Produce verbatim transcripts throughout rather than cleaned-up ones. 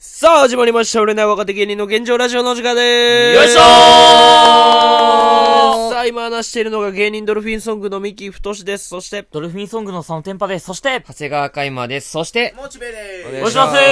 さあ始まりました。売れない若手芸人の現状ラジオの時間でーす。 よいしょー。 さあ今話しているのが芸人ドルフィンソングの三木太志です。そしてドルフィンソングのそのテンパです。そして長谷川海馬です。そしてモチベでおーお願いします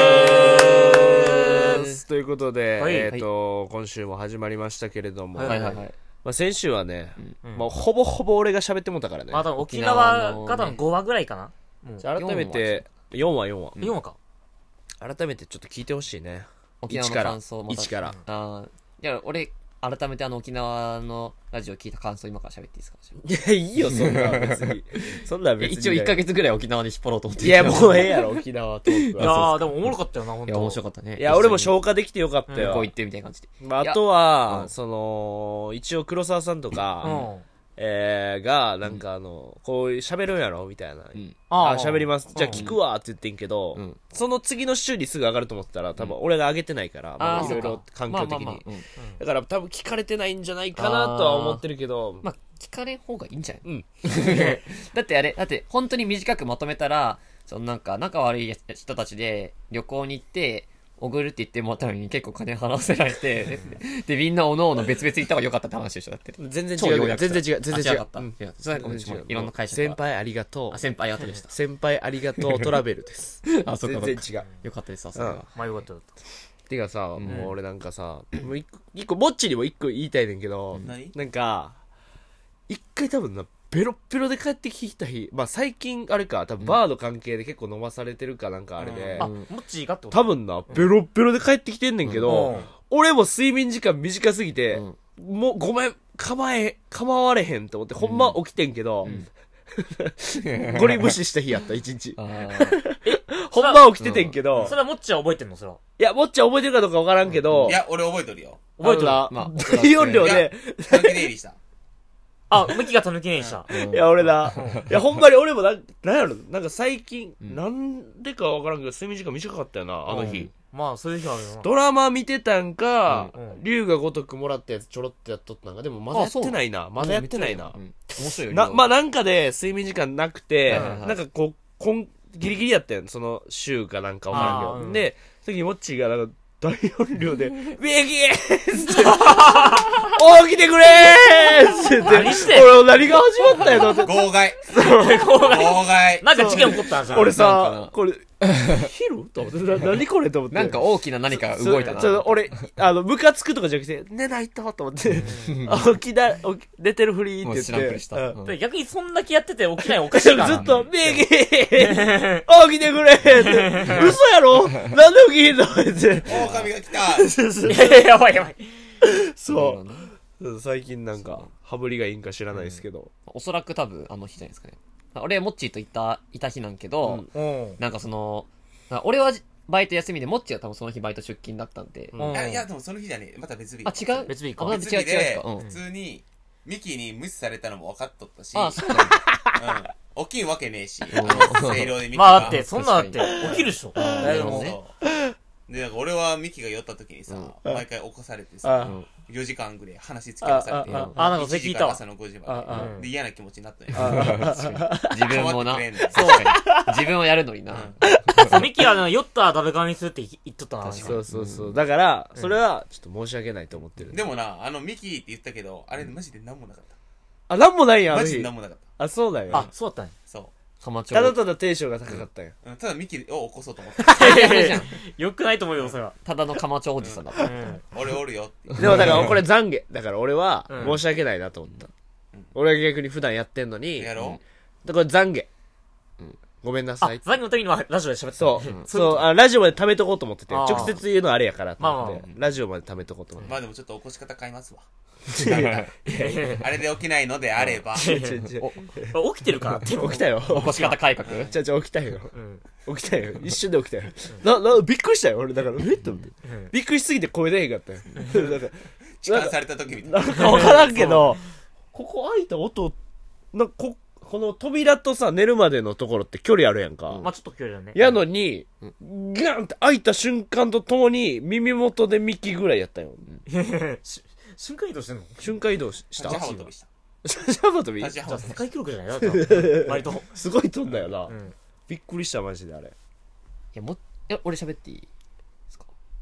すということで、 はいえっ、ー、と、今週も始まりましたけれども、 はいはいはいはい。 まあ、先週はね、 うんまあ、ほぼほぼ俺が喋ってもたからね。 まあ多分沖縄が多分ごわぐらいかな。もうじゃあ改めてよんわよんわよんわか。 改めてちょっと聞いてほしいね。 沖縄の感想いちからあーいや俺改めてあの沖縄のラジオ聞いた感想今から喋っていいですか？ いやいいよそんな別にそんな別に一応いっかげつぐらい沖縄に引っ張ろうと思っていやもうええやろ沖縄トークいやは。 ーでもおもろかったよな、ほんと。 いや面白かったね。 いや俺も消化できてよかったよ。 こう言ってみたいな感じで。 まあ、あとは、その一応黒沢さんとか、 うん。 えー、がなんかあの、こう喋るんやろみたいな、 んあ喋りまます、じゃあ聞くわって言ってんけど、 うんその次の週にすぐ上がると思ったら多分俺が上げてないから、まああーいろいろ環境的に、 まあまあまあうんだから多分聞かれてないんじゃないかなとは思ってるけど、 まあ聞かれん方がいいんじゃない？ うんだってあれだって本当に短くまとめたらそのなんか仲悪い人たちで旅行に行っておごるって言ってもらったのに結構金払わせられてでみんなおのおの別々行った方が良かったって話でしょ。だって全然違う超要約全然違う全然違うあ違かった、 うんいやそれはごめん全然違ういろんな解釈が先輩ありがとうあ先輩ありがとうでした先輩ありがとうトラベルですあそっか全然違うそっかよかったですわそれは、 うんまあよかったよかってかさ、もう俺なんかさもう一個一個ぼっちにも一個言いたいねんけど、 何なんか一回多分なベロッベロで帰ってきた日、まあ最近あれか多分バーの関係で結構飲まされてるかなんかあれで、 た。あ、もっちーがってこと多分なベロッベロで帰ってきてんねんけど、 うん俺も睡眠時間短すぎて、 うんもうごめん構え構われへんと思ってほんま起きてんけど、ゴリ無視した日やった一日あーほんま起きててんけど、 それはもっちーは覚えてんのそれは。 いやもっちゃん覚えてるかどうかわからんけど、 いや、俺覚えとるよ。 覚えてる。 な、 まあ大容量で、 たぬき出入りした。 あ、向きがたぬきねえした。 いや、俺な。いや、ほんまに俺もな、なんやろ、なんか最近、 んなんでかわからんけど、睡眠時間短かったよな、あの日。 まあそういう日あるよな。 ドラマ見てたんかうんうん、 龍が如くもらったやつちょろっとやっとったんか、でもまだやってないな。まだやってないなう。ん面白いよな、まああなんかで睡眠時間なくて、 はいはいはいなんかこう、こん、ギリギリやったやん、その週かなんかわからんけど。 あーうんで、その時にモッチーがなんか、大音量で、ビギーって、起きてくれーって言って、 何してん俺何が始まったんやと思って。 妨害。 こうが妨害。 なんか事件起こったんじゃん。 俺なんかな、 さこれ、昼と思って、な、何これと思って。 なんか大きな何かが動いたなちょっと俺、あの、ムカつくとかじゃなくて、寝ないとと思って、あ起きだ、起き寝てるふりって言って。 もう知らんぷりしたうんうんで逆にそんだけやってて起きないおかしいからな。 ずっと、ビギー起きてくれって、嘘やろなんで起きんのって。 狼が来た。 そうそういやいや、やばいやばい。 そうそう。最近なんか、羽振りがいいんか知らないですけど。 おそらく多分あの日じゃないですかね。俺モッチーといたいた日なんけど、 うん。 なんかその俺はバイト休みでモッチーは多分その日バイト出勤だったんで、 うんいや、いやでもその日じゃねえ。また別日。 あ違う別日かあまず違う違う違別日でう、うん普通に、ミキに無視されたのも分かっとったし、 あそうなんだうん。起きんわけねえし、 ん声量でミキが。 まあだって、そんなだって起きるでしょ。 なるほどねそうで、なんか俺はミキが寄った時にさ、 うん毎回起こされてあさ、よじかんぐらい話し付けらされて、 ああなんかそれ聞いたわいちじから朝のごじまああで。で、嫌な気持ちになったんや。 自分もな構ってくれんねん確かに自分をやるのにな、 そうミキはね酔ったら食べかにするって言っとったな。 そうそうそう。だから、それは、ちょっと申し訳ないと思ってる。 でもな、あのミキって言ったけど、あれマジで何もなかっあ、なんもないんや、 た。マあの日ジで何もなかった。 あ、そうだよ。 あ、そうだったね。 そ浜町ただただテンションが高かったんや。 う。うんただミキを起こそうと思った。 いやいやよくないと思うよ、それは。 ただの浜町おじさんだった、 うん。 俺おるよって。 でもだからこれ懺悔。だから俺はうん申し訳ないなと思った。俺は逆に普段やってんのに、 やろだから懺悔。ごめんなあさい、。 ザンギの時にはラジオで喋ってた。 そう。 んそう、あラジオまで貯めとこうと思ってて、 あー直接言うのはあれやからと思って、 まあまラジオまで貯めとこうと思って。 まあでもちょっと起こし方変えますわ。あれで起きないのであれば。 ちょちょちょ起きてるからって。 起きたよ。 起こし方改革ちょちょ起きたよ。 うん。 起きたよ。一瞬で起きたよ。な、な、びっくりしたよ。俺、だから、えっと思って。 うんびっくりしすぎて声出へんかったよ。だか痴漢された時みたいら、 な。 なんかわからんけど、ここ開いた音、なんかこ、この扉とさ、寝るまでのところって距離あるやんか。 まあちょっと距離だね。 やのに、ガンって開いた瞬間とともに、耳元でミキぐらいやったよ。 し瞬間移動してんの瞬間移動しした。 立ち幅跳びした。 シャバ飛びじゃあ立ち幅跳世界記録じゃないよ、多分割と。 すごい飛んだよな。 うん。 びっくりした、マジであれ。 いやもえ俺喋っていい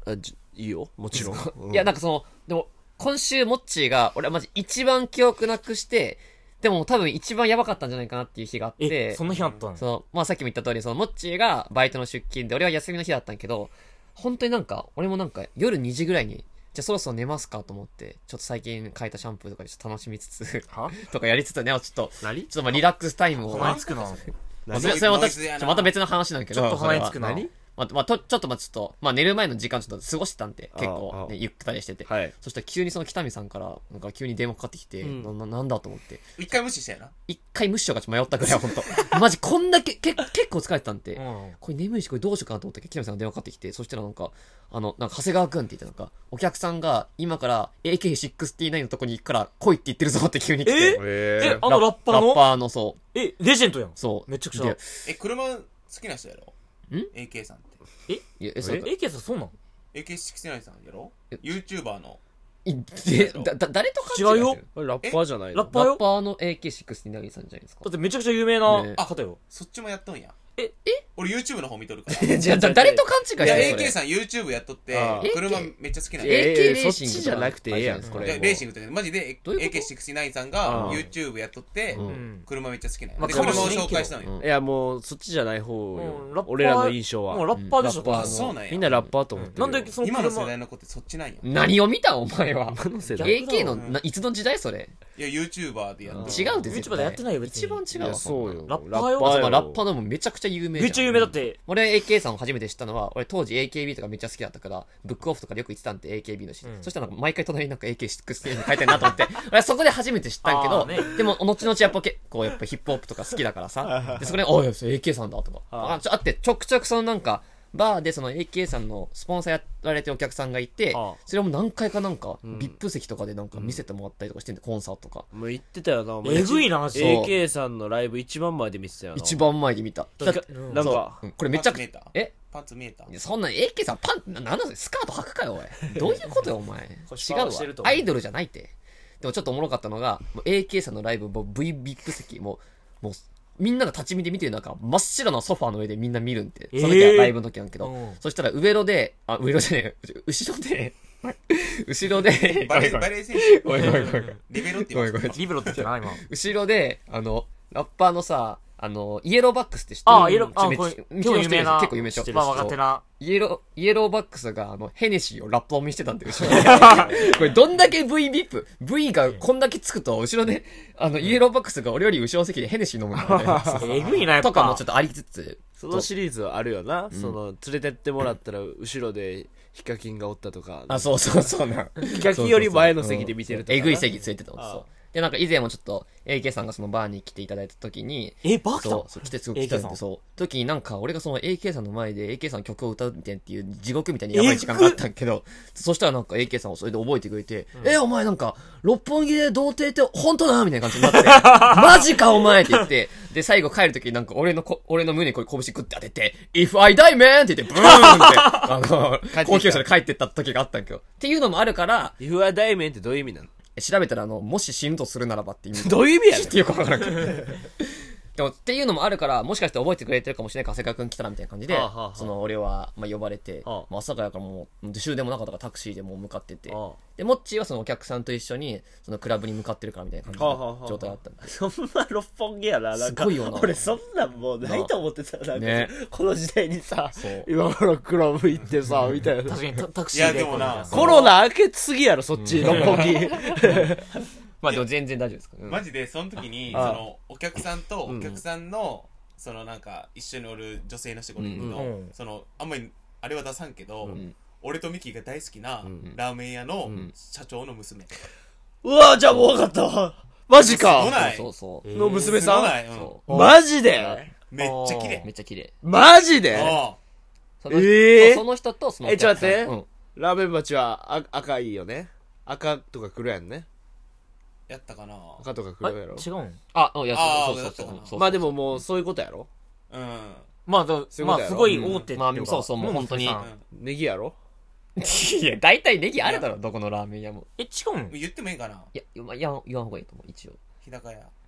あじいいよもちろん、うん、 いや、なんかその、でも、今週、モッチーが、俺はマジ一番記憶なくして、でも多分一番やばかったんじゃないかなっていう日があって、 え、そんな日あったの？ その、まあさっきも言った通り、その、モッチーがバイトの出勤で、俺は休みの日だったんやけど、本当になんか、俺もなんか、夜にじぐらいに、じゃあそろそろ寝ますかと思って、ちょっと最近変えたシャンプーとかでちょっと楽しみつつ、 はとかやりつつね、ちょっと、 何ちょっとまあリラックスタイムを。 鼻につくな。 まあ、それそれまた、ちょまた別の話なんだけど、 ちょっと鼻につくな。 何まあ、まあ、と、ちょっとまあちょっと、まあ寝る前の時間ちょっと過ごしてたんで、結構ああね、ゆったりしてて。 はいそしたら急にその北見さんから、なんか急に電話かかってきて、 うんな、ななんだと思って。 一回無視したよな。 一回無視しようかちょっと迷ったぐらい、ほんと。マジこんだけ、け、結構疲れてたんで、 うん。 これ眠いし、これどうしようかなと思って、北見さんが電話かかってきて、そしたらなんか、あの、なんか長谷川くんって言ってなんか、お客さんが今から エーケーシックスティーナイン のとこに行くから来いって言ってるぞって急に来て。 えええ、あのラッパーのラッパーの、そう。 え、レジェンドやん。 そう。 めちゃくちゃで。 え、車好きな人やろん ?エーケー さんって。 いや、え、そうえ、エーケーさんそうなん？ エーケーシックスティーナイン さんやろえ ?YouTuber の。 いで、だ、だ、誰と勘違いしてる違うよラッパーじゃないのラッパーよラッパーの エーケーシックスティーナイン さんじゃないですかだっ。てめちゃくちゃ有名なね方よ。 そっちもやっとんや。 え、 俺 YouTube の方見とるから。いじゃあ、だ誰と勘違いしてや、 るエーケーそれ。 さん YouTube やっとってあ、ー車めっちゃ好きなんえや。 エーケーえレーシングそっちじゃなくてええやんこれいやレーシングってマジでどういうことエーケーシックスティーナイン さんあがー YouTube やっとってうんうん。 車めっちゃ好きなんやまあで車をかもしれんけど紹介したのようんいやもうそっちじゃない方ようんラッパー俺らの印象はもうラッパーでしょ、 うんラッパーのあそうなんやみんなラッパーと思ってるよなんでその今の世車代の子ってそっちなんや何を見たお前は。 今の世代エーケー の、 うんないつの時代それ。 いや YouTuber でやって違うで絶 YouTuber でやってないよ別に一番違うわ。 いやそうよラッパーよそんな。 よまあラッパーでもめちゃくちゃ有名じゃん。 めっちゃ有名だって。 俺 エーケー さんを初めて知ったのは、俺当時 エーケービー とかめっちゃ好きだったから、ブックオフとかでよく行ってたんで エーケービー のし、 うんそしたらなんか毎回隣になんか エーケーシックスティーナイン 書いてるなと思って、俺はそこで初めて知ったんけど、 あーねでも後々やっぱ結構やっぱヒップホップとか好きだからさ、でそこで、おい、それ エーケー さんだとか、 ああ、ちょ、あって、ちょくちょくそのなんか、バーでその エーケー さんのスポンサーやられてるお客さんがいてああ、 それをもう何回かなんか、 んブイアイピー 席とかでなんか見せてもらったりとかしてんで、コンサートとか。 もう言ってたよなお前えぐいなマジでエーケー さんのライブ一番前で見てたよな一番前で見た。だって、 うんなんかうんこれめちゃくちゃパンツ見えた、 えパンツ見えたいやそんな エーケー さんパン、な、なんだそれスカート履くかよ、おい。どういうことよ、お前。違うわ腰パンしてると。思うアイドルじゃないって。でもちょっとおもろかったのが、もう エーケー さんのライブ、もう ブイアイピー 席、もう、もう、みんなが立ち見で見てる中、真っ白なソファーの上でみんな見るんって。その時はライブの時なんけど、 うんそしたら上野で、あ、上野じゃねえ、後ろで、後ろで、 バレーバレー選手ごめんごめんごめん。 リベロって言いまごめんごめんリベロって言ってな、今。 後ろで、あの、ラッパーのさ、あの、イエローバックスって知ってるああ、イエロー、あ、 めっこれ、 ちゃ結構有名な。 結構有名でしょ。 まあ、若手な。 イエロー、イエローバックスが、あの、ヘネシーをラップを見してたんで、後ろで。これ、どんだけ V ビップ ?V がこんだけつくと、後ろで、あの、イエローバックスが俺より後ろの席でヘネシー飲むんだよね。 えぐいな、やっぱ。 とかもちょっとありつつ、 そのシリーズはあるよな、その連れてってもらったら後ろでヒカキンがおったとかあ、そうそうそうな。 ヒカキンより前の席で見てるとかなえぐい席ついてたの。 ああそう。で、なんか以前もちょっと、エーケー さんがそのバーに来ていただいた時に、 え、バー来たそう、そう来てすごい来たんエーケー さで、 んそう。時になんか、俺がその エーケー さんの前で エーケー さんの曲を歌うみたいなっていう地獄みたいにやばい時間があったんけど、そしたらなんか エーケー さんをそれで覚えてくれて、え、お前なんか、六本木で童貞って本当だみたいな感じになって、マジかお前って言って、で、最後帰る時になんか俺のこ、俺の胸にこれ拳グッて当てて、If I die man! って言って、ブーンって、あの、高級車で帰ってった時があったんけど。っていうのもあるから、 イフは大面ってどういう意味なの調べたらあの、もし死ぬとするならばって意味。 どういう意味やねんってよくわからんけど。でも、っていうのもあるから、もしかして覚えてくれてるかもしれないから、長谷川くん来たらみたいな感じで、 はあはあはあその、俺は、まあ、呼ばれて、 はあまあ、朝からからもう、終電もなかったからタクシーでもう向かってて、 あで、モッチーはそのお客さんと一緒に、そのクラブに向かってるからみたいな感じはあはあはあの状態だったんで。 そんな六本木やななんかすごいよな俺そんなんもうないと思ってたなんか、 ねこの時代にさそう今頃クラブ行ってさみたいな確かにタタクシいやーで。 でもなコロナ明けすぎやろそっち、六本木まあ、でも全然大丈夫ですか、うんマジでその時にそああのお客さんとうんお客さんのそのなんか一緒におる女性の人がいるけど、 うんそのあんまりあれは出さんけど、 ん俺とミキが大好きなんラーメン屋のん社長の娘、 うわじゃあもう分かったわマジすごかないそうそうそう。 の娘さんすごない、うんそマジでめっちゃ綺麗めっちゃ綺麗。 マジであそのえーそうその人とそのえちょっと待ってうんラーメン鉢はあ赤いよね赤とか黒やんねやったかな赤とかあ黒やろ違うんあ、うんいや、 あーそうそうそうだったかなそう。 まあでももうそういうことやろうんまあ、だそういうことやろまあ、すごい大手っていうか。 まあそうそうもう本当にも娘さんネギやろいや、大体ネギあるだろ、どこのラーメン屋も。 え、違うん言ってもいいかないや、まあ、言わん言わん方がいいと思う、一応。 日高屋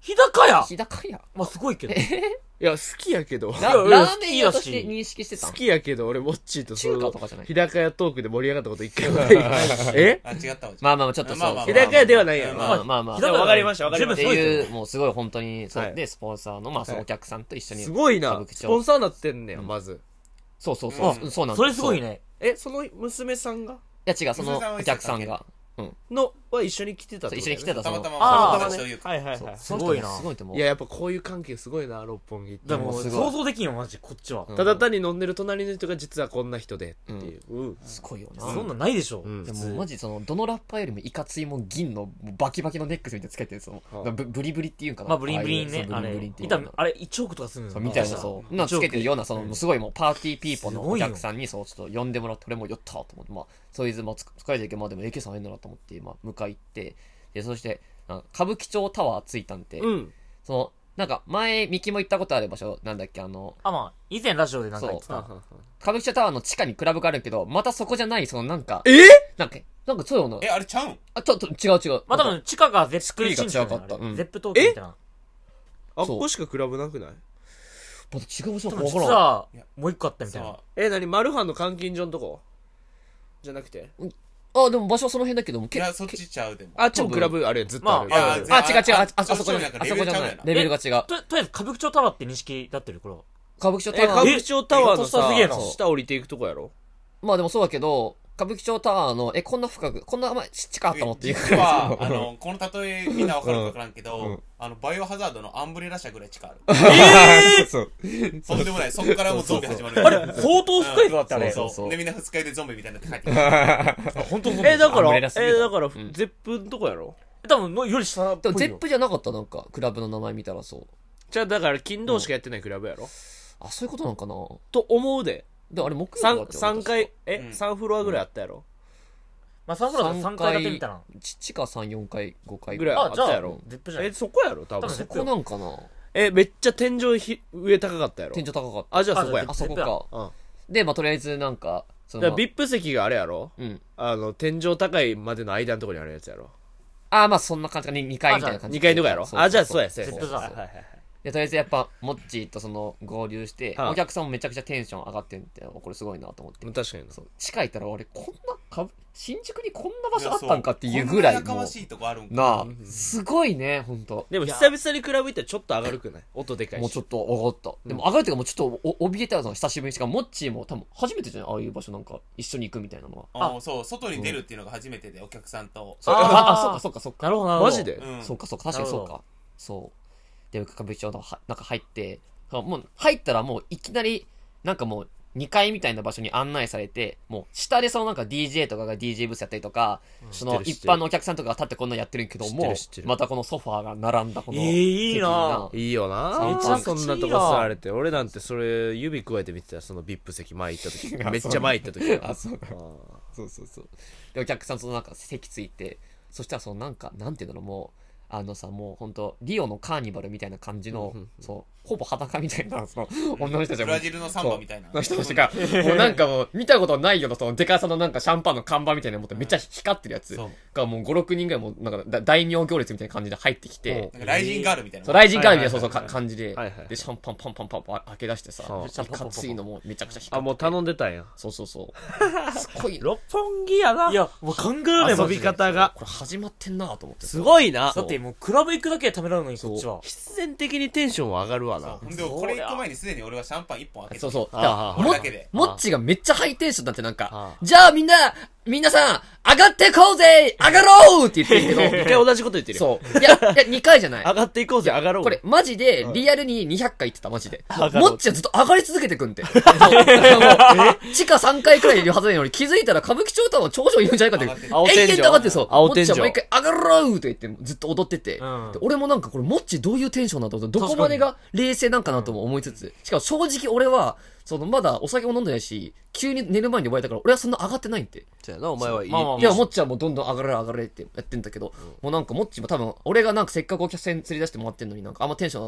日高屋日高屋まあすごいけど。 いや、好きやけど。 ラいやラーメン屋として認識してたん好きやけど、俺、モッチーとそ中華のとかじゃない日高屋トークで盛り上がったこと一回もない。えあ、違ったわ。 まあまあまあちょっとそうまあまあ日高屋ではないやろ。 まあまあまあでも分かりました、分かりまってした。 いうもうすごい本当にそうはいでスポンサーのまあそのお客さんと一緒にすごいな歌舞。伎町スポンサーなってんねや、まず。 そうそうそううんそうなんですそれすごいね。 え、その娘さんがいや違うそのお客さんがの、は一緒に来てたってことそう一緒に来てたそのたまたま、 あーたまたまそういうか。 はいはいはい。 すごいなすごいと思ういや、やっぱこういう関係すごいな、六本木って。 でももうすごい想像できんよ、マジ、こっちは。 うんただ単に飲んでる隣の人が実はこんな人でっていう。うん。 すごいよなそんなんないでしょ。 うんで普通もマジそのどのラッパーよりもいかついもん銀のもうバキバキのネックスみたいなつけてるそのはあブブリブリっていうんかなまあ、ブリンブリンね。 ああいうそうあれブリンブリンって、いういたあれ、いちおくとかするのそうみたいなそうなんかつけてるようなそのすごいもうパーティーピーポーのお客さんにそうちょっと呼んでもらって俺も寄ったと思ってまあそういうまあ疲れてるけどまあでも エーケー さん会えんだなと思ってまあ迎え行ってでそしてなんか歌舞伎町タワー着いたんでうん。 そのなんか前ミキも行ったことある場所なんだっけあのあ、まあ、以前ラジオでなんか言ってた。 歌舞伎町タワーの地下にクラブがあるけどまたそこじゃないそのなんかえなんかなんかそうよなえ、あれちゃうんあちょっと違う違うまあ多分、地下がゼップ作りが違かったうんゼップ東京みたいな。 あっこしかクラブなくないまた違う場所でもか分からん実はいや、 もう一個あったみたいなそ。 え、なにマルハンの監禁所のとこじゃなくてあでも場所はその辺だけどもう。いけや、そっちちゃうでも。 あっちもクラブあるやん、ずっとある。 まあうんあ、違う違う、あ、ああそこじゃない。あそこじゃない。レベルが違う。 と、とりあえず、歌舞伎町タワーって認識だってる、これは。 歌舞伎町え、歌タワー、 舞伎町タワーのえすげえなさ、下降りていくとこやろまあでもそうだけど、歌舞伎町タワーの、え、こんな深く、こんなま近かったのっていう実は、あの、この例えみんなわかるかわからんけうんど、あの、バイオハザードのアンブレラ社ぐらい近ある。 えそう。 とんでもない。そこからもうゾンビ始まる。 あれ、相当深いぞだってあれ。 そうそうで、みんな二日酔いでゾンビみたいになって帰ってくる。 本当そうえ、だから、 アンブレラすぎるえ、だから、 んゼップんとこやろ多分、のより下っぽいよ。 でも、ゼップじゃなかった、なんか、クラブの名前見たらそう。 じゃあ、だから、金土しかやってないクラブやろあ、そういうことなんかなと思うで。 で、あれ、木曜三だったよね三階、 うえ、 ん三フロアぐらいあったやろまあ、サンフランスさんかい建てみたいな。 ち地下さん、よんかい、ごかいぐらいあ、じゃああったやろ、 ゼップじゃないえ、。そこやろ多分多分。 そこなんかなえ、めっちゃ天井ひ上高かったやろ天井高かった。 あ、じゃあそこや。 ああそこか。 うん。 で、まあ、とりあえず、なんか、そだから、 の、 ビップ席があれやろうん。 あの、天井高いまでの間のところにあるやつやろあ、まあ、そんな感じか、ににかいみたいな感じ。 にかいのとこやろあ、じゃあそうや、そうや。 絶対そうはいはいはい。 で、とりあえずやっぱ、モッチーとその、合流して、 はいお客さんもめちゃくちゃテンション上がってんって、これすごいなと思って。 確かにな。 そう、地下行ったら俺、こんなか、新宿にこんな場所あったんかっていうぐらい、もうこんなやかましいとこあるんか。 なあ、すごいね、ほんと。 でも久々にクラブ行ったらちょっと上がるくない音でかいし。 もうちょっと上がった。でも上がるっていうかもうちょっとお怯えたの久しぶりにしかも、モッチーも多分初めてじゃないああいう場所なんか一緒に行くみたいなのは。 あそう、外に出るっていうのが初めてで、お客さんと。 そうあーあ、そっかそっかそっか。 なるほど、なるほど。 マジでうん。 そうかそうか、確かにそうなるか。そう。で、歌舞伎町のは中入って、もう入ったらもういきなり、なんかもうにかいみたいな場所に案内されて、もう下でそのなんか ディージェー とかが ディージェー ブースやったりとか、その一知ってる知ってる般のお客さんとかが立ってこんなやってるけど知ってもる知って、るまたこのソファーが並んだこのえーいいな席にいいよなめちゃくちゃいいなそんなとこ座れて。俺なんてそれ指加えて見てたらそのビップ席前行った時。めっちゃ前行った時。 あ、そうだ。そうそうそう。で、お客さんそのなんか席ついて、そしたらそのなんか、なんていうのもう、あのさ、もう本当リオのカーニバルみたいな感じの、そう、ほぼ裸みたいな、その、女の人たちがブラジルのサンバみたいな。 の人たちが、もうなんかもう、見たことないような、その、デカさのなんかシャンパンの看板みたいなの持ってめっちゃ光ってるやつそうがもうご、ろくにんぐらいもう、なんかだ大名行列みたいな感じで入ってきて、 なんかライジンガールみたいな。 そう、ライジンガールみたいな、 はいはいはいそうそう、か感じではいはい、 で、シャンパンパンパンパンパン開け出してさ、 そういかついのもめちゃくちゃ光ってて。 あ、もう頼んでたんや。 そうそうそう。すごい、 六本木やな。 いや、もう考えられない遊び方が。 これ始まってんなと思って。 すごいなだ。ってもうクラブ行くだけでためらうのに、こっちは。 必然的にテンションは上がるわな。 そうでもこれ行く前にすでに俺はシャンパン一本開けてそうそう。 あだからあもこれだけで。 もっちがめっちゃハイテンションだってなんかあ、 じゃあみんな、皆さん、上がってこうぜ上がろうって言ってるけ一回同じこと言ってるよ。 ど、そう。いや、いや、にかいじゃない。 上がっていこうぜ、上がろう。 これ、マジで、リアルににひゃっかい言ってた、マジで。 上がろうもっちはずっと上がり続けてくんて。そうだからもう地下さんかいくらいいるはずなのに、気づいたら歌舞伎町タワー頂上いるんじゃないかって。 青天井永遠と上がってそう。 青天井もっちは毎回上がろうと言ってずっと踊ってて。 うんで俺もなんかこれ、もっちどういうテンションなんだろうと、どこまでが冷静なんかなとも思いつつ。しかも正直俺は、そのまだお酒も飲んでないし、急に寝る前に呼ばれたから、俺はそんな上がってないんで。 じゃあな、お前はいい。 まあまあまあいや、もっちはもうどんどん上がれ上がれってやってんだけど、もうなんかもっちも多分、俺がなんかせっかくお客さん連れ出してもらってんのになんかあんまテンション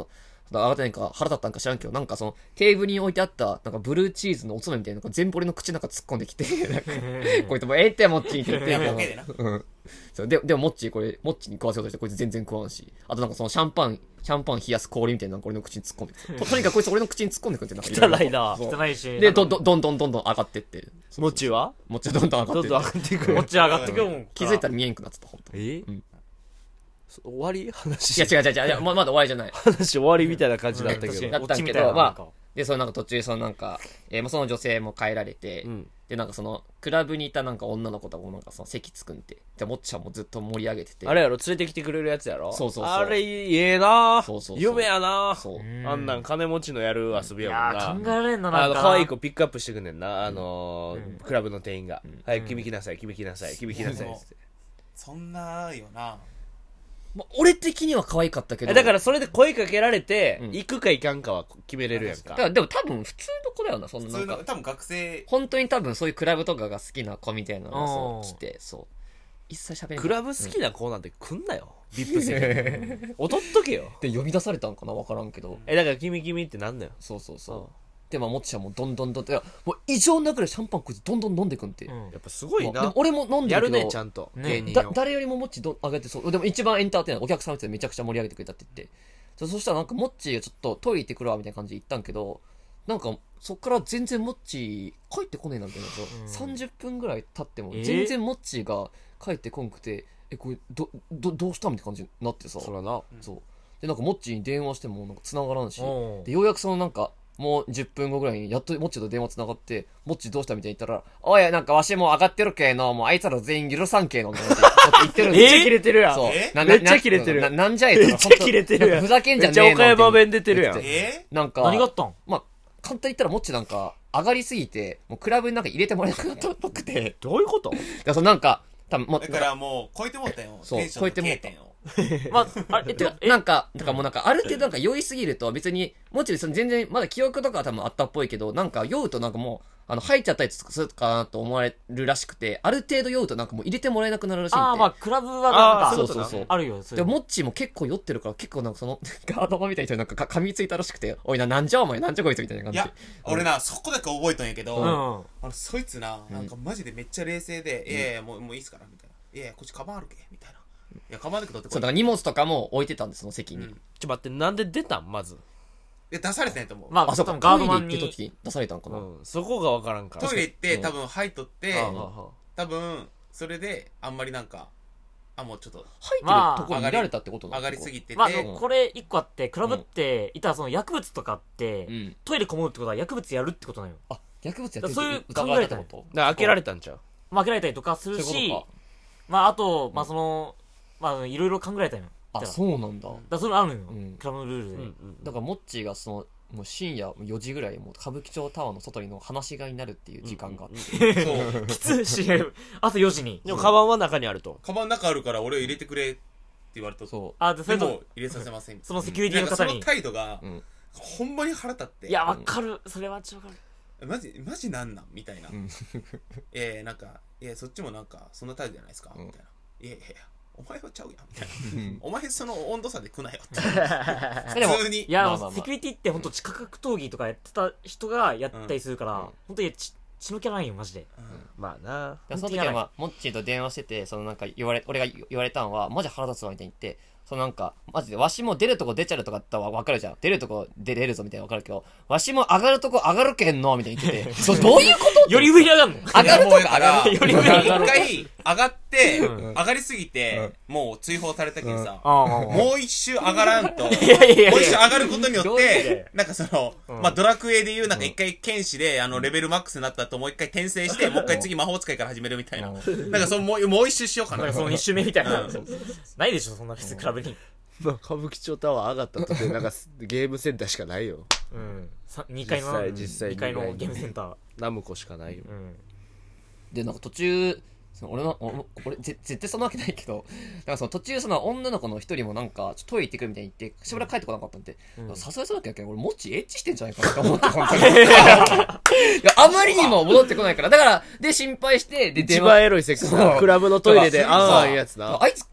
上がってないんか腹立ったんか知らんけど、なんかそのテーブルに置いてあったなんかブルーチーズのおつまみみたいなのが全部俺の口の中突っ込んできて、なんかこいつもうええってもっちって言って、 ボケでなうんそうででももっちこれもっちに食わせようとしてこいつ全然食わんし、あとなんかそのシャンパンシャンパン冷やす氷みたいなのが俺の口に突っ込んでくる。ととにかくこいつ俺の口に突っ込んでくるってなんか汚いな。 そう汚いし。 でどどどんどんどんどん上がってってもちはもっちどんどん上がってってどんどん上がっていくこっち上がってくるもん。 気づいたら見えんくなってた本当。 えうんそ終わり話。 いや違う違う違ういやままだ終わりじゃない。 話終わりみたいな感じだったけうんど。 だったんけオチみたいなど、まあなんか、 で、そのなんか途中、そのなんか、えーまあその女性も帰られて、 うんで、なんかその、クラブにいたなんか女の子ともなんかその席つくんで、で、もっちゃんもずっと盛り上げてて。 あれやろ、連れてきてくれるやつやろそうそうそうあれ、ええなそうそうそう夢やなそう。 うんあんなん金持ちのやる遊びいややー、 もんな。 考えられんのあの、 なんか。 可愛い子ピックアップしてくんねんな。あのーうんクラブの店員が。はい、君来なさい、君来なさい、君来なさいっつって。 そんなよな。 まあ、俺的には可愛かったけど。 えだからそれで声かけられて、 うん行くか行かんかは決めれるやんかだか。らでも多分普通の子だよな、そのなんか。 普通の、多分学生、 本当に多分そういうクラブとかが好きな子みたいなのがうんそう来て、そう。一切喋れない。 クラブ好きな子なんて来んなよ。ビップ席。踊っとけよ。 で、呼び出されたんかなわからんけど。 え、だから君君ってなんだよ。 そうそうそう。 うんで、まあ、もっちゃんもどんどんどんどん、いやもう異常なくらいシャンパンこいつどんどん飲んでくんって。 うんやっぱすごいな。 まあでも俺も飲んでるけど。 やるね、ちゃんと。 ねだ芸人を。 誰よりもモッチーど上げてそう。でも一番エンターテイナー、お客さんってめちゃくちゃ盛り上げてくれたって言って。そそしたらなんかモッチーがちょっとトイレ行ってくるわみたいな感じで行ったんけど、なんかそっから全然モッチー帰ってこねえなみたいな、 うんさんじゅっぷんぐらい経ってもえー全然モッチーが帰ってこんくて、え、これど、ど、どうしたみたいな感じになってさ。 そらな。 そう。で、なんかモッチーに電話してもなんか繋がらんし、 おうで、ようやくそのなんか、もうじゅっぷんごぐらいにやっとモッチーと電話繋がって、モッチーどうしたみたいに言ったら、おい、なんかわしもう上がってるけの、もうあいつら全員許さんけの、みたいなこと言ってるんですめっちゃキレてるやん。 そうえ。 なめっちゃキレてるなななんじゃいとめっちゃキレてるやんふざけんじゃめっちゃねえの岡山弁出てるやんって言ってえなんか、 何があったんまあ、簡単に言ったらモッチーなんか、上がりすぎて、もうクラブになんか入れてもらえなくなったっぽくて、 どういうことだからそのなんか、多分もう、 だからもう、超えてもったよ。 そうテンションの超えてもった経点を。 まあ、あれ、え、てか、え、 なんか、だからもうなんか、ある程度なんか酔いすぎると別に、もちろんその全然、まだ記憶とかは多分あったっぽいけど、なんか酔うとなんかもう、あの、吐いちゃったりするかなと思われるらしくて、ある程度酔うとなんかもう入れてもらえなくなるらしいんで。 ああ、まあ、クラブはなんか、 あーそうそうそう。 あるよ、それで、モッチーも結構酔ってるから、結構なんかその、ガードマンみたいな人になんかか噛みついたらしくて、おいな、なんじゃお前、なんじゃこいつみたいな感じでいや。、俺な、そこだけ覚えとんやけど、 うん。 あの、そいつな、なんかマジでめっちゃ冷静で、いやいや、もう、もういいっすから、みたいな。いやいや、こっちカバンあるけ、みたいな。いや、カバンだけ取ってこそう、 い。 だから荷物とかも置いてたんです、その席に。 うん。 ちょ、待って、なんで出たんまず。 で、出されてないと思う。 まあ、 あ、そうか、 多分ガードマントイレ行ってに、 時出されたんかな。 うん。そこがわからんから。 トイレ行って、 うん多分入っとって、 あああ多分、それで、あんまりなんか、あ、もうちょっと、 入ってるまあところ見られたってことなの上がりすぎてて、 まあ、 うんこれ一個あって、クラブって、いたらその薬物とかってう、ん。 トイレこもるってことは薬物やるってことなんよ。 あ、薬物やってるそういう疑われたことだから開けられたんちゃうまあ、開けられたりとかするしそういうことか、 まあ、あと、まあ、その、まあ、いろいろ考えられたんよ。 あ、 だかそうなんだ。 らそれあるのようん。 クラブのルールで。 うんだからモッチーがそのもう深夜よじぐらいもう歌舞伎町タワーの外にの話し飼いになるっていう時間があって、 そう。 きついし、朝よじに。 でも、カバンは中にあると。 カバンの中あるから俺を入れてくれって言われた。 そあ、で、そでれと、 も、入れさせません。 そのセキュリティの方になんかその。態度がう、、うんほんまに腹立って。 いや、わかる。それはちょっとわかる。 マジ、マジなんなんみたいな。 うんえー、なんか、いや、そっちもなんか、そんな態度じゃないですか、 うんみたいな。いやいやいや、お前はちゃうやん、みたいうんな。お前その温度差で来なよって。 でも普通に。 いや、 まあまあまあセキュリティって本当地下格闘技とかやってた人がやったりするから、 うん本当にち血の気ないよ、マジで。 まあな。 でその時はまあモッチーと電話しててそのなんか言われ俺が言われたんはマジ腹立つわみたいに言ってそのなんかマジでわしも出るとこ出ちゃうとかだったら分かるじゃん出るとこ出れるぞみたいな分かるけどわしも上がるとこ上がるけんのみたいに言っててそうどういうことより上に上がるの上がるとこ上がるより上に一回上がって、上がりすぎて、もう追放されたけどさ、 ああ、 もう一周上がらんと、もういやいやいや一周上がることによっどういうて、なんかその、まあドラクエでいうなんか一回剣士で、あの、レベルマックスになった後もう一回転生して、もう一回次魔法使いから始めるみたいな。なんかそのもう、もう一周しようかな。 なんかその一周目みたいな。ないでしょ、そんな別にクラブに。 まあ、歌舞伎町タワー上がったとて、なんか、ゲームセンターしかないよ。 うん。にかいのな、 実際実際にかいのゲームセンター。 ナムコしかないよ。 うん。 でなんか途中その俺の俺俺ぜ絶対そんなわけないけどなんかその途中その女の子の一人もなんかちょっとトイレ行ってくるみたいに言ってしばらく帰ってこなかったんでさすがにそうだけど俺もっちエッチしてんじゃないかなって思って本当にいやあまりにも戻ってこないからだからで心配してで一番エロいセックスなクラブのトイレで、 そうああ、いうやつな。 あいつこいつ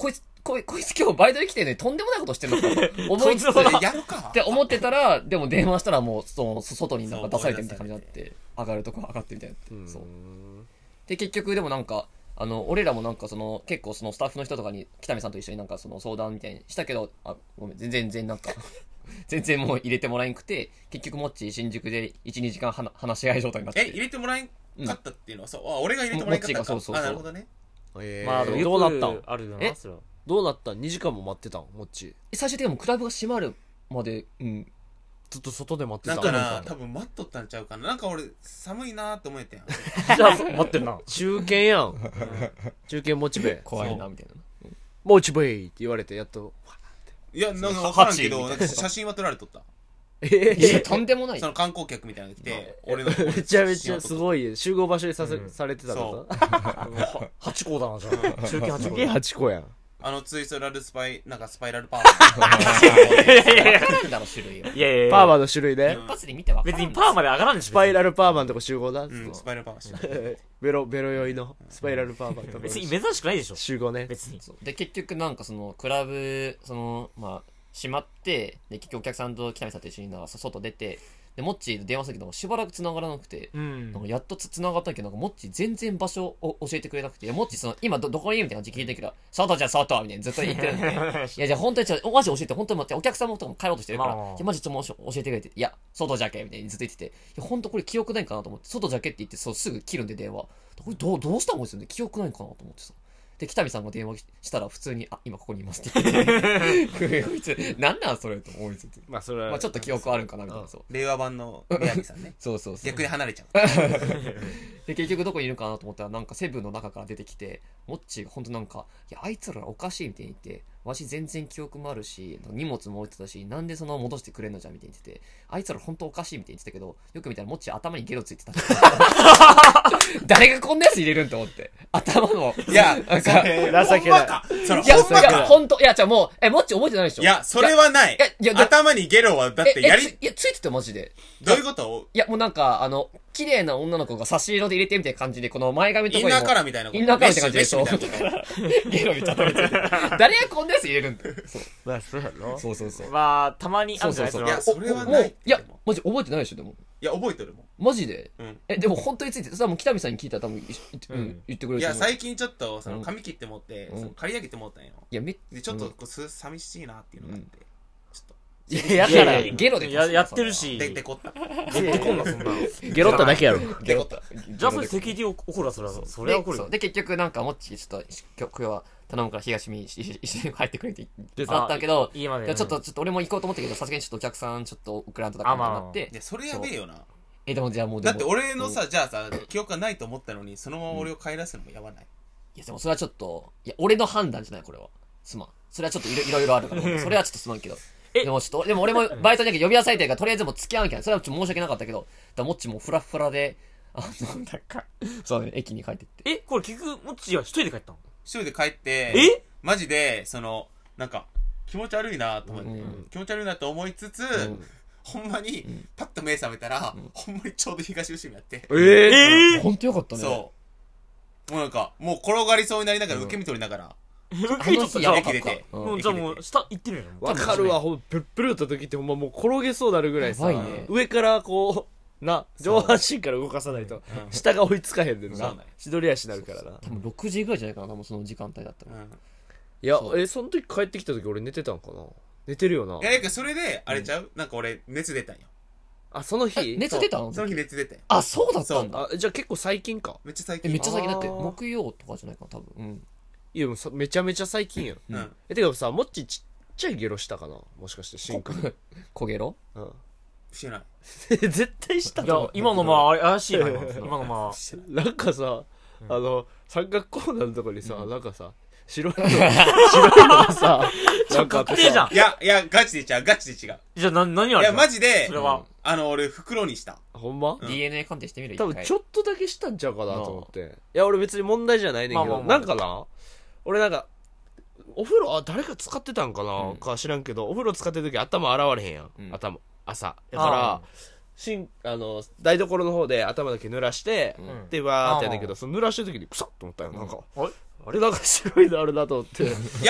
こいこいつ今日バイトで来てるのにとんでもないことしてるのかと思いつつとんでもっやるかて思ってたら、でも電話したらもうその外になんか出されてみたいな感じになって上がるとこ上がってみたいになって、そうで結局でもなんかあの俺らもなんかその結構そのスタッフの人とかに北見さんと一緒になんかその相談みたいにしたけど、あごめん全然全然なんか全然もう入れてもらえんくて、結局もっち新宿で いちにじかんはな話し合い状態になって、 え入れてもらえんかったっていうのは、そうあ俺が入れてもらえんかったかもっちがそうそうそうあなるほどね。 えー、 まあでもどうなったんよくあるよえなそれは。 どうなったん ?に 時間も待ってたんもっち。 最終的にもうクラブが閉まるまで、うん、 ずっと外で待ってたんだから多分待っとったんちゃうかな。なんか俺寒いなーって思えてん。 じゃあ待ってんな。 中堅やん。中堅モチベ。 怖いなみたいな。 モチベって言われてやっと。 いやなんか分からんけどなんか写真は撮られとった。 えいやとんでもないその観光客みたいなのが来て、俺のめちゃめちゃすごい集合場所にさせ、されてたのは八個だなじゃあ。中堅八個。 はちこやん。 あのツイストラルスパイなんかスパイラルパーマいやいやいや。 分からんだろ種類を。 いやいや。 パーマの種類ね。 一発で見てわか別るにパーまで上がらんでしょ。 スパイラルパーマのとこ集合だ。 うんスパイラルパーマしてる。 ベロ、ベロ酔いのスパイラルパーマのとこ別に珍しくないでしょ。 集合ね。 別に。 で結局なんかそのクラブそのまあ閉まってで結局お客さんと北見さんと一緒になんか外出てでモッチーと電話するけどしばらく繋がらなくて、 うんなんかやっとつ繋がったけどなんかモッチー全然場所を教えてくれなくていやモッチーその今どどこにいるみたいな感じ聞いてるけど外じゃ外みたいなずっと言ってるんでいやじゃあ本当にちょマジ教えて本当に待ってお客さんもとかも帰ろうとしてるから、 まあまあいやマジちょっと教えてくれていや外じゃけみたいにずっと言ってていや本当これ記憶ないかなと思って外じゃけって言ってそうすぐ切るんで電話これどうどうしたんですよね記憶ないかなと思ってさで北見さんが電話したら普通にあ今ここにいますって言ってこいつなんなんそれと思いつつまあそれは。 まあちょっと記憶あるんかなみたいなそう令和版の宮城さんね。 そうそうそう逆に離れちゃう。 で結局どこにいるかなと思ったらなんかセブンの中から出てきてモッチーが本当なんかいやあいつらおかしいみたいに言ってわし全然記憶もあるし荷物も置いてたしなんでその戻してくれんのじゃんみたいに言っててあいつら本当おかしいみたいに言ってたけどよく見たらモッチー頭にゲロついてた誰がこんなやつ入れるんと思って頭のいやなんか情けないかそれいやいやほんまか本当いやじゃあもうえモッチー覚えてないでしょいやそれはないいやいやだ頭にゲロはだってやりええついやついてたよマジでどういうこといやもうなんかあの綺麗な女の子が差し色で入れてみたいな感じでこの前髪のところにもインナーカラーみたいなことインナーカラーみたいな感じでそうメッシュメッシュみたいなことゲロみたいな感じで誰がこんなやつ入れるんだよそうまあそうやろ。 そうそうそうまあ、たまにあるんじゃないそうですか。 いやそれはないもういやマジ覚えてないでしょでもいや覚えてるもんマジでうんえでも本当についてそれはもう北見さんに聞いたら多分い言って,、うんうん言ってくれるいやと思う最近ちょっとその髪切って持ってうんその刈り上げて持ったんよいやめでちょっとこうす寂しいなっていうのがあってちょっいや、やからいやいや、 ゲロでややってるし。 とででこったでこんなそんなの。 ゲロっただけやろ。 ゲロったじゃあそれセキュリティ起こるわ、それは。それは起こるよでそう。で結局なんかもっちちょっと今日今日は頼むから東見一緒一緒に帰ってくれって言あったけど家までいやちょっとちょっと俺も行こうと思ったけどさすがにちょっとお客さんちょっと送らんとだからってなっていやそれやべえよなえでもじゃあもうでもだって俺のさじゃあさ記憶がないと思ったのにそのまま俺を帰らすのもやばないいやでもそれはちょっといや俺の判断じゃないこれはすまんそれはちょっといろいろいろあるからそれはちょっとすまんけどえでもちょっとでも俺もバイトだけ呼び出されてるからとりあえずもう付き合わなきゃそれはちょっと申し訳なかったけどだからもっちもフラフラであのなんかそうね駅に帰ってってえ、これ結局、モッチーは一人で帰ったの一人で帰ってえマジでそのなんか気持ち悪いなと思って、 うん気持ち悪いなと思いつつ、 んほんまにパッと目覚めたら、ほんまにちょうど東吉見やって、 えええ本当よかったねそうもうなんかもう転がりそうになりながら受け身取りながら、 ー、受け取ったじゃん。 駅出てうんもうじゃあもう、下行ってるよ。 わかるわ、ほんプルプルった時ってほんまもう転げそうなるぐらいさ、 やばいね上からこう、な、上半身から動かさないと、下が追いつかへんねんなそうなんや。 千鳥足になるからな。 多分ろくじぐらいじゃないかな多分その時間帯だったらうんいやそ、うえ、その時帰ってきた時俺寝てたんかな寝てるよな。 いやなんかそれであれちゃう、なんか俺熱出たんよあ、その日熱出たのその日熱出たんよあそうだったんだあ、じゃあ結構最近か。 めっちゃ最近えめっちゃ最近だってあー木曜とかじゃないかな多分うんいや、もうさめちゃめちゃ最近やん。 うんえ、てかさ、もっちちっちゃいゲロしたかなもしかして、シンクに。 焦げろうん。 してない絶対したいと思う、 や今のまあ、怪しいな、今今のまあ。 なんかさ、あの、三角コーナーのとこにさ、なんかさ、白いの、白いのがさ、なんかあってさ確定じゃん。 いやいやガチで違うガチで違うじゃあ、な、何あれいやマジでそれは。 あの俺袋にしたほんまうんディーエヌエー 鑑定してみる多分ちょっっとだけしたんちゃうかなと思って。いや、俺別に問題じゃないねんけど、 まあまあまあなんかな、俺なんか、お風呂、あ、誰か使ってたんかな、 うんか知らんけど、お風呂使ってる時頭洗われへんやん。 うん頭、朝。だから、しん、あの、台所の方で頭だけ濡らして、 うんで、わーってやんねんけど、その濡らしてる時にクサッと思ったよ。なんか、あれなんか白いのあるなと思って。 いや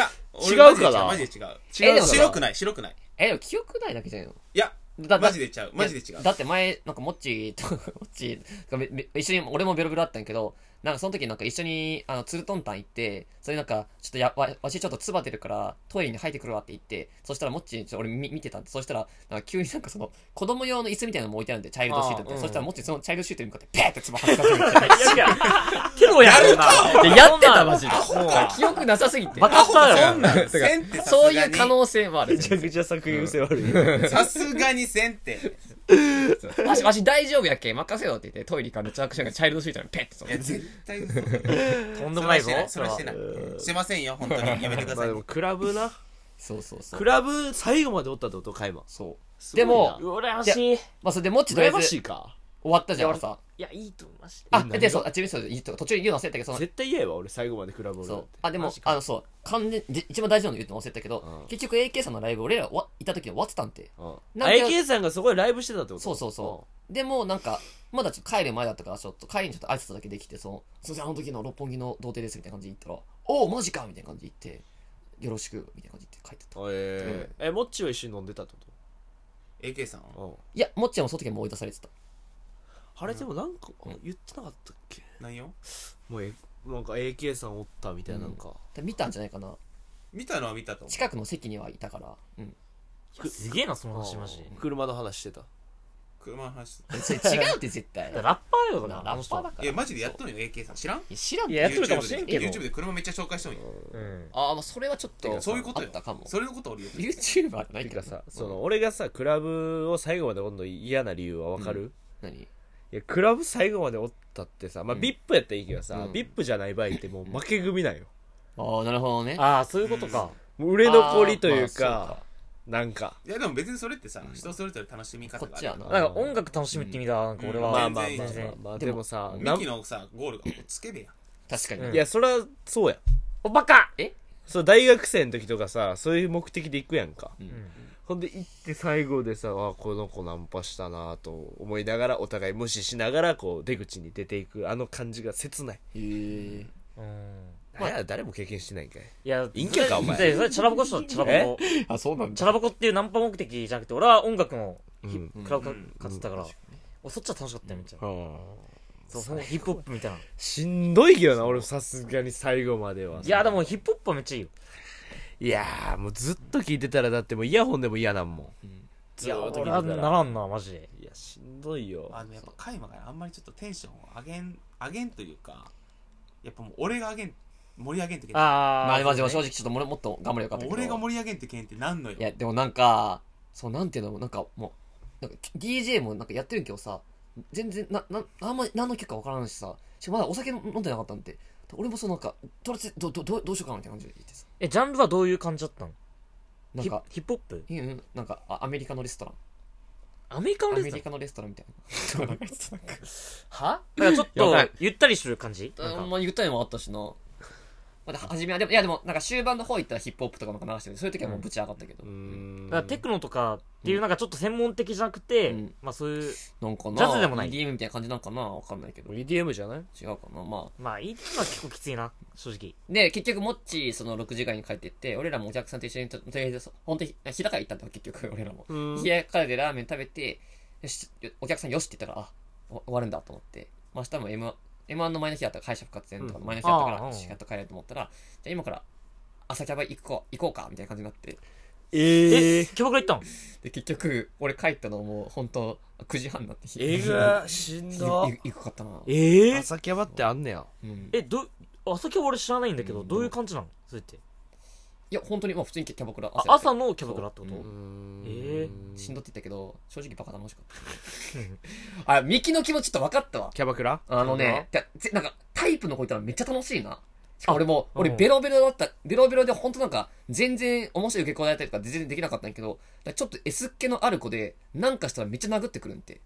違うかなマジで違う。 えでも白くない、白くない。 え、でも記憶ないだけじゃないの？ いや、 だマジで違う。マジで違う。 だって前、なんか、モッチーと、モッチーがめめ一緒に、俺もベロベロだったんやけど、なんかその時なんか一緒に、あの、ツルトンタン行って、それなんか、ちょっとや、わ、わしちょっと唾出るから、トイレに入ってくるわって言って、そしたらモッチー、ちょ俺見見てたんで、そしたら、なんか急になんかその、子供用の椅子みたいなのも置いてあるんで、チャイルドシートみたいな。 あーうんそしたらモッチーそのチャイルドシートに向かって、ペーって唾吐きかけるみたいな。 いやいや、テロやるな。 でやってたマジで。 もう、 記憶なさすぎて。 バカしたよ。 そんなんせんってさすそういうがに可能性もある。 めちゃくちゃ作品癖悪い。 さすがにせんって。 わし、わし大丈夫やっけ任せよって言って、トイレからめちゃくちゃチャイルドシートにペッてそのいや、絶対嘘。 とんでもないぞ。 それはしてない。してませんよ、本当に。やめてくださいまあで。もクラブな。 そうそうそうク。ラブ最後までおったってことカイマン。 そう。 すごいなでも、 羨ましい。 まあそれでもっちとりあえ羨まずしいか。 終わったじゃんさ。 いや、いいと思いました。 あ、 何がで、そう、あ、ちみそう、いいと途中で言うの忘れたけど、その、 絶対嫌やわ、俺最後までクラブおるそうなんて。。 あ、でもマジ、かあの、そう、完全、じ一番大事なの言うの忘れたけどうん、 結局 エーケー さんのライブ、俺らわいた時に終わってたんて。 うん。 なんかエーケー さんがそこでライブしてたってことそうそうそう。でも、なんか、まだちょっと帰る前だったから、ちょっと帰りにちょっと挨拶だけできて、その、すいません、あの時の六本木の童貞ですみたいな感じで言ったら、おお、マジかみたいな感じで言って、よろしく、みたいな感じで帰ってった。 うん。えー、え、モッチは一緒に飲んでたってこエーケー さんとうん。 いや、もっちゃんもその時はもう追い出されてた。 あれでもなんか、言ってなかったっけ何よもうえ、なんか エーケー さんおったみたいななんか。 で見たんじゃないかな。 見たのは見たと思う。 近くの席にはいたから。うん。 すげえな、その話マジで。 車の話してた。 車の話。 それ違うって絶対。 ラッパーよ、だから、 ラあの人は。 ッパーだから。 いや、マジでやっとんよ、エーケー さん。知らんいや知らんいややってるかもしれんけど YouTube で YouTube で車めっちゃ紹介しとんよ。 うん。 ああ、まあそれはちょっと、 そういうことよ。 あったかも。 それのこと俺言ってる。 YouTuber じゃないけどてかさ、その、俺がさ、クラブを最後までおんの嫌な理由はわかる、 何いや、クラブ最後までおったってさ、まあ、 うんブイアイピー やったらいいけどさ、 うんブイアイピー じゃない場合ってもう負け組なんよ。 ああ、なるほどね。 ああ、そういうことか。 もう売れ残りというあーまあか、なんか。 いや、でも別にそれってさ、人それぞれ楽しみ方がある。 こっちやな。 なんか音楽楽しむって意味だ、なんか俺は。 うんまあまあまあ全然まあ、まあ、 でもでもさ、 ミなんキのさ、ゴールがつけべや。 確かに。 うんいや、それはそうや。 おバカえそう、大学生の時とかさ、そういう目的で行くやんか。 うんほんで行って最後でさ、あ、この子ナンパしたなと思いながら、お互い無視しながら、こう、出口に出ていく、あの感じが切ない。 へえ。 うん。 あや、誰も経験してないんかい。 いや、 陰キャかお前それそれ、チャラボコっしょ、チャラボコ。 あ、そうなんチャラボコっていうナンパ目的じゃなくて、俺は音楽のヒうんクラブかってたから、俺そっちは楽しかったよ、めっちゃ。そう、そのヒップホップみたいな。 しんどいけどな、俺さすがに最後までは。 いや、でもヒップホップはめっちゃいいよ。 いやー、もうずっと聞いてたら、だってもうイヤホンでも嫌なんもん。 いや、 ずーっと俺は聞いてたら。 ならんな、マジで。 いや、しんどいよ。 あの、やっぱカイマがあんまりちょっとテンションを上げん、上げんというか、やっぱもう俺が上げん、盛り上げんとけん。 あー。 まあ、まあ、でも正そうね直ちょっと俺もっと頑張れよかったけど。 俺が盛り上げんとけんってなんのよ。 いや、でもなんか、そう、なんていうの、なんかもう、なんか ディージェー もなんかやってるけどさ、全然、な、な、あんまり何の曲かわからんしさ、しかもまだお酒飲んでなかったんで、俺もそうなんか、とりあえず、ど、ど、どどうしようかなみたいな感じで言ってさ。 え、ジャンルはどういう感じだったのなんか、 ヒップホップうんうん、なんか、あアメリカのレストラン。 アメリカのアレストランメリカのレストランみたいな。そうなんかはだからちょっやばいと、ゆったりする感じなんかまあ言ったりもあったしな。まだ初めは、でも、いやでも、なんか終盤の方行ったらヒップホップとかなんか流してる。そういう時はもうぶち上がったけど。 うーん。 だからテクノとかっていうなんかちょっと専門的じゃなくて、 うんまあそういう、 なんかな。 ジャズでもないイーディーエム みたいな感じなんかなわかんないけど。違イーディーエム じゃないうかな。まあ。 まあいいのは結構きついな、正直。 で、結局、もっち、そのろくじぐらいに帰ってって、俺らもお客さんと一緒にと、とりあえず、本当に、日高屋行ったんだよ、結局、俺らも。 うん日高屋でラーメン食べて、よし、お客さんよしって言ったら、あ、お終わるんだと思って。まあ明日も M、エムワン の前の日だったから敗者復活戦とかの前の日だったから、 うんああしかと帰れると思ったら、じゃあ今から朝キャバ行こう、行こうか、みたいな感じになって。 ええ、キャバクラ行ったので、結局、俺帰ったのもう、本当くじはんになって。 えがしんどい行くかったな。 ええ朝キャバってあんねや。 うん。 え、ど、朝キャバ俺知らないんだけど、 うんどういう感じなのそれって。 いや、本当に、まあ普通にキャバクラ。 あ、朝のキャバクラってことそうえしんどって言ったけど、正直バカ楽しかった。あ、ミキの気持ちちょっと分かったわ。 キャバクラあのね、いやぜなんか、タイプの子いたらめっちゃ楽しいな。しかも俺も、俺うんベロベロだった、ベロベロで本当なんか、全然面白い受け答えたりとか全然できなかったんやけど、だからちょっと S っ気のある子で、なんかしたらめっちゃ殴ってくるんって。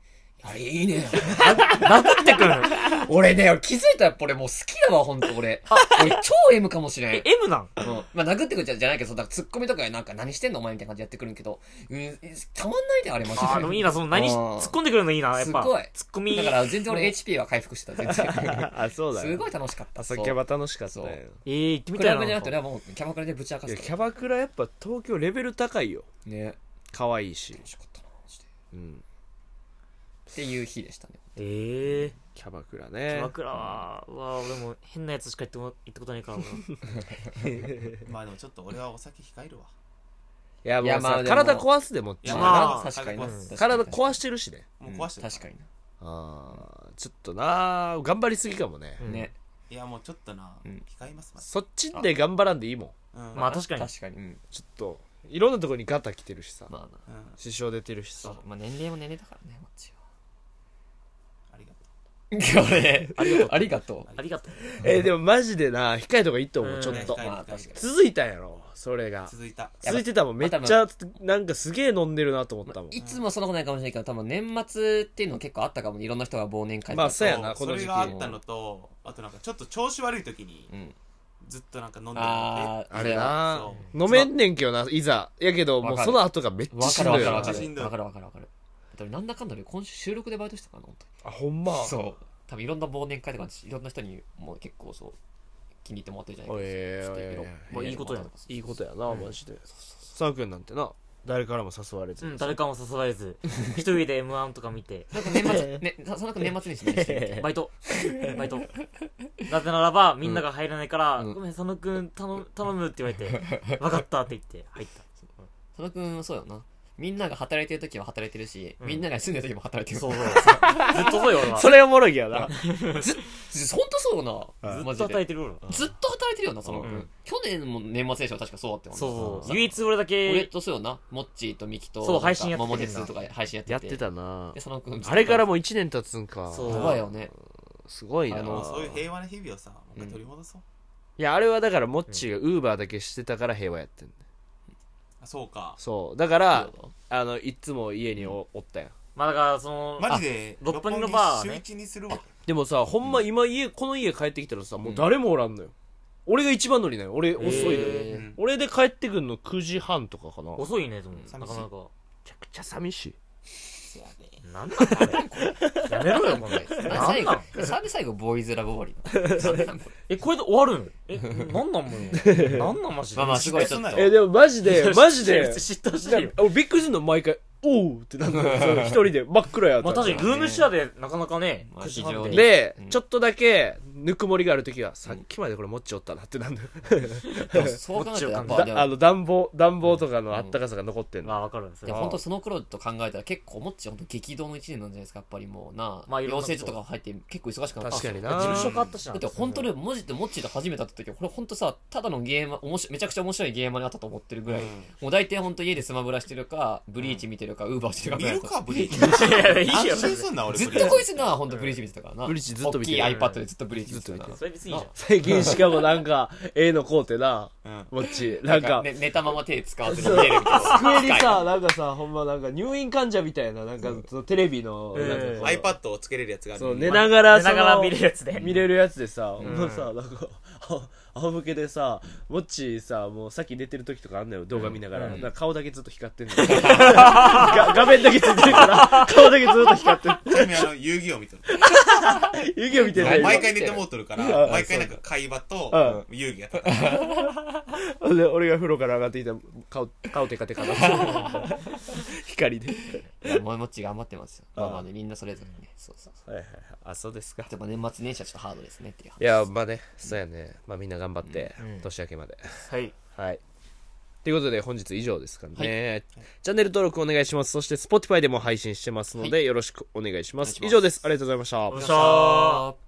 あれいいね。 殴ってくるの。 俺ね、気づいたらやっぱ俺もう好きだわ、ほんと俺。俺超 M かもしれん。 え、M なんうん。まあ、殴ってくるじゃじゃないけど、だからツッコミとかでなんか何してんのお前みたいな感じでやってくるんけど、うん、たまんないで、あれマジで。 あー、でもいいな、その何し、 うん突っ込んでくるのいいな、やっぱ。 すごいツッコミ。 だから全然俺 エイチピー は回復してた、全然。 あ、そうだよ。 すごい楽しかった。 朝キャバ楽しかったよ。 えー、行ってみクたいな。 ラブじゃなくて俺はもうキャバクラでぶち明かいや、 すかキャバクラやっぱ東京レベル高いよ。 ら。ね。 可愛いし。 楽しかったな、マジで。 うん。 っていう日でしたね。 えー。 キャバクラキねャバ。クラは、うわ俺も変なやつしか行っても行ったことないからな。 まあでもちょっと俺はお酒控えるわ。 いや、もうさ、 いやまあでも体壊すでもっちいやまあ確かにな。 うん確かに体壊してるしね。 もう壊してる、 確かにな。 ああ、ちょっとな頑張りすぎかもね。 うんね。 いやもうちょっとな、 うん控えますまそっちで頑張らんでいいもん。 うん、 まあ確かに。 確かに。うん。 ちょっと、いろんなところにガタ来てるしさ。 まあな。 うん、 支障出てるしさそう。。まあ年齢も年齢だからね、こっちありがとは。俺、ありがとう。ありがとう。 ありがとう。 えー、でもマジでな控えた方がいいと思う、 うんちょっと控。えるまあ確かに続いたんやろ、それがう。。続いた。 続いてたもん。めっちゃ、なんかすげえ飲んでるなと思ったもん。 いつもそんなことないかもしれないけど、多分年末っていうの結構あったかもね。いろんな人が忘年会とか。 まあそうやなそうこの時期それがあったのと、あとなんかちょっと調子悪い時にうん。 ずっとなんか飲んでるあー、 あれなそう飲めんねんけどな、いざ。やけど、もうその後がめっちゃわかるしんどいよなわかるわかる。 しんどいわかるわかるわかる。だってなんだかんだで今週収録でバイトしたからな、本当あ、ほんま。 に。そう。多分いろんな忘年会とか、いろんな人にもう結構そう、気に入ってもらってるじゃないおいですか。 おいおいおいちょっとまあいいことやな。 いいことやな、マジで。サーくんなんてな、誰からも誘われず。 うん、誰かも誘われず、一人で エムワン とか見て、 なんか年末、ね、その子年末にしね。 バイト、バイト。なぜならば、みんなが入らないから、 うんごめん、佐野くん、頼む、頼むって言われて、わかったって言って、入った。 佐野くん、そうよな。みんなが働いてる時は働いてるし、 うんみんなが住んでる時も働いてる。 そうそう。ずっとそうよ、俺は。 それおもろいやな。 ほんとそうよな。 ずっとマジで。 働いてる俺は。 ずっと働いてるよな、そのうん君。去年も年末年始は確かそうだったよな。 そうそう。 唯唯一俺だけ、 俺とそうよな。モッチーとミキと、 そう配信やってて桃鉄とか配信やってて。 やってたなで、その君。 あれからもういちねん経つんか。 そうやばいよね。 すごいな。 あのもうそういう平和な日々をさもう一回取り戻そう、 いや、あれはだから、モッチーがウーバーだけしてたから平和やってんねあそうかそう。だから、あの、いつも家におおったやん。 まあだから、その、 マジで六本木のバーね六本木週一にするわでもさ、ほんま今家、この家帰ってきたらさ、もう誰もおらんのよ。俺が一番乗りなよ。俺遅いのよ。 へうん俺で帰ってくんのくじはんとかかな。め遅いね、でも。 寂しいなかなか。 ちゃくちゃ寂しい。 せやでなんなんこれやめろよ、もう。 最後なんなん、 サービス最後、ボーイズラブ終わり。なんなんこれえ、これで終わるんえ、なんなんもう。なんなんマジで。 まあまあ、すごいちょっと。 え、でもマジで、マジで、 嫉妬してるよ。 俺びっくりするの毎回、おうってなんだよ。その一人で真っ暗やったらまあ確かに、ルームシェアでなかなかね、 まあくじはん非常にで、 うんちょっとだけ、ぬくもりがあるときは、さっきまでこれ持っちおったなってなんだよ。 でもそう考えたらやっぱ、でもだあの、暖房、暖房とかのあったかさが残ってんの。 まあわかる。それでも本当その頃と考えたら結構もっち本当激動の一年なんじゃないですか、やっぱりもうな、 まあいろんな養成所とか入って結構忙しくなった。 確かにな事務所変わったしな。 だって本当に文字ってモッチーと初めて会った時はこれ本当さ、ただのゲーム、おもしめちゃくちゃ面白いゲーマーにあったと思ってるぐらい、 うんもう大体本当家でスマブラしてるか、ブリーチ見てるか、ウーバーしてるか見ぐらいるかブリーチいやいやいいよ安心すんな俺ずっブリーチとこいつな、本当ブリーチ見てたからな。 ブリーチずっと見てる大きい iPad でずっとブリーチ見てたから。 それ別にいいじゃん。 最近しかもなんか、ええのこうてな、 うんもっち、なんか、 ね、寝たまま手使わずに見えるみたいな。 机にさ、なんかさ、ほんまなんか入院患者みたいな、なんか、そのテレビの、 うんなんかこう iPad をつけれるやつがあるそう、寝ながら、 寝ながら見れるやつで。 見れるやつでさ、ほんまさ、なんか、あ仰向けでさ、もっちさ、もうさっき寝てる時とかあんのよ、動画見ながら。なんか顔だけずっと光ってんの。が画面だけついてるから、顔だけずっと光ってんの。 ちなみにあの遊戯王見とる湯気見てない。 毎回寝てもうとるから毎回なんか会話と遊戯やったからで、俺が風呂から上がってきたら顔、顔テカテカなって。光で。 いや、もうもっち頑張ってますよ。まあまあね、みんなそれぞれね。そうそうそう。 はいはいはい。あ、そうですか。 でも年末年始はちょっとハードですねっていう話。 いや、まあね、そうやね。まあみんな頑張ってうん、 年明けまで。 はい。 はい。ということで本日以上ですかね、チャンネル登録お願いします。そして Spotify でも配信してますので、よろしくお願いします。 お願いします以上です。ありがとうございました。 よっしゃー。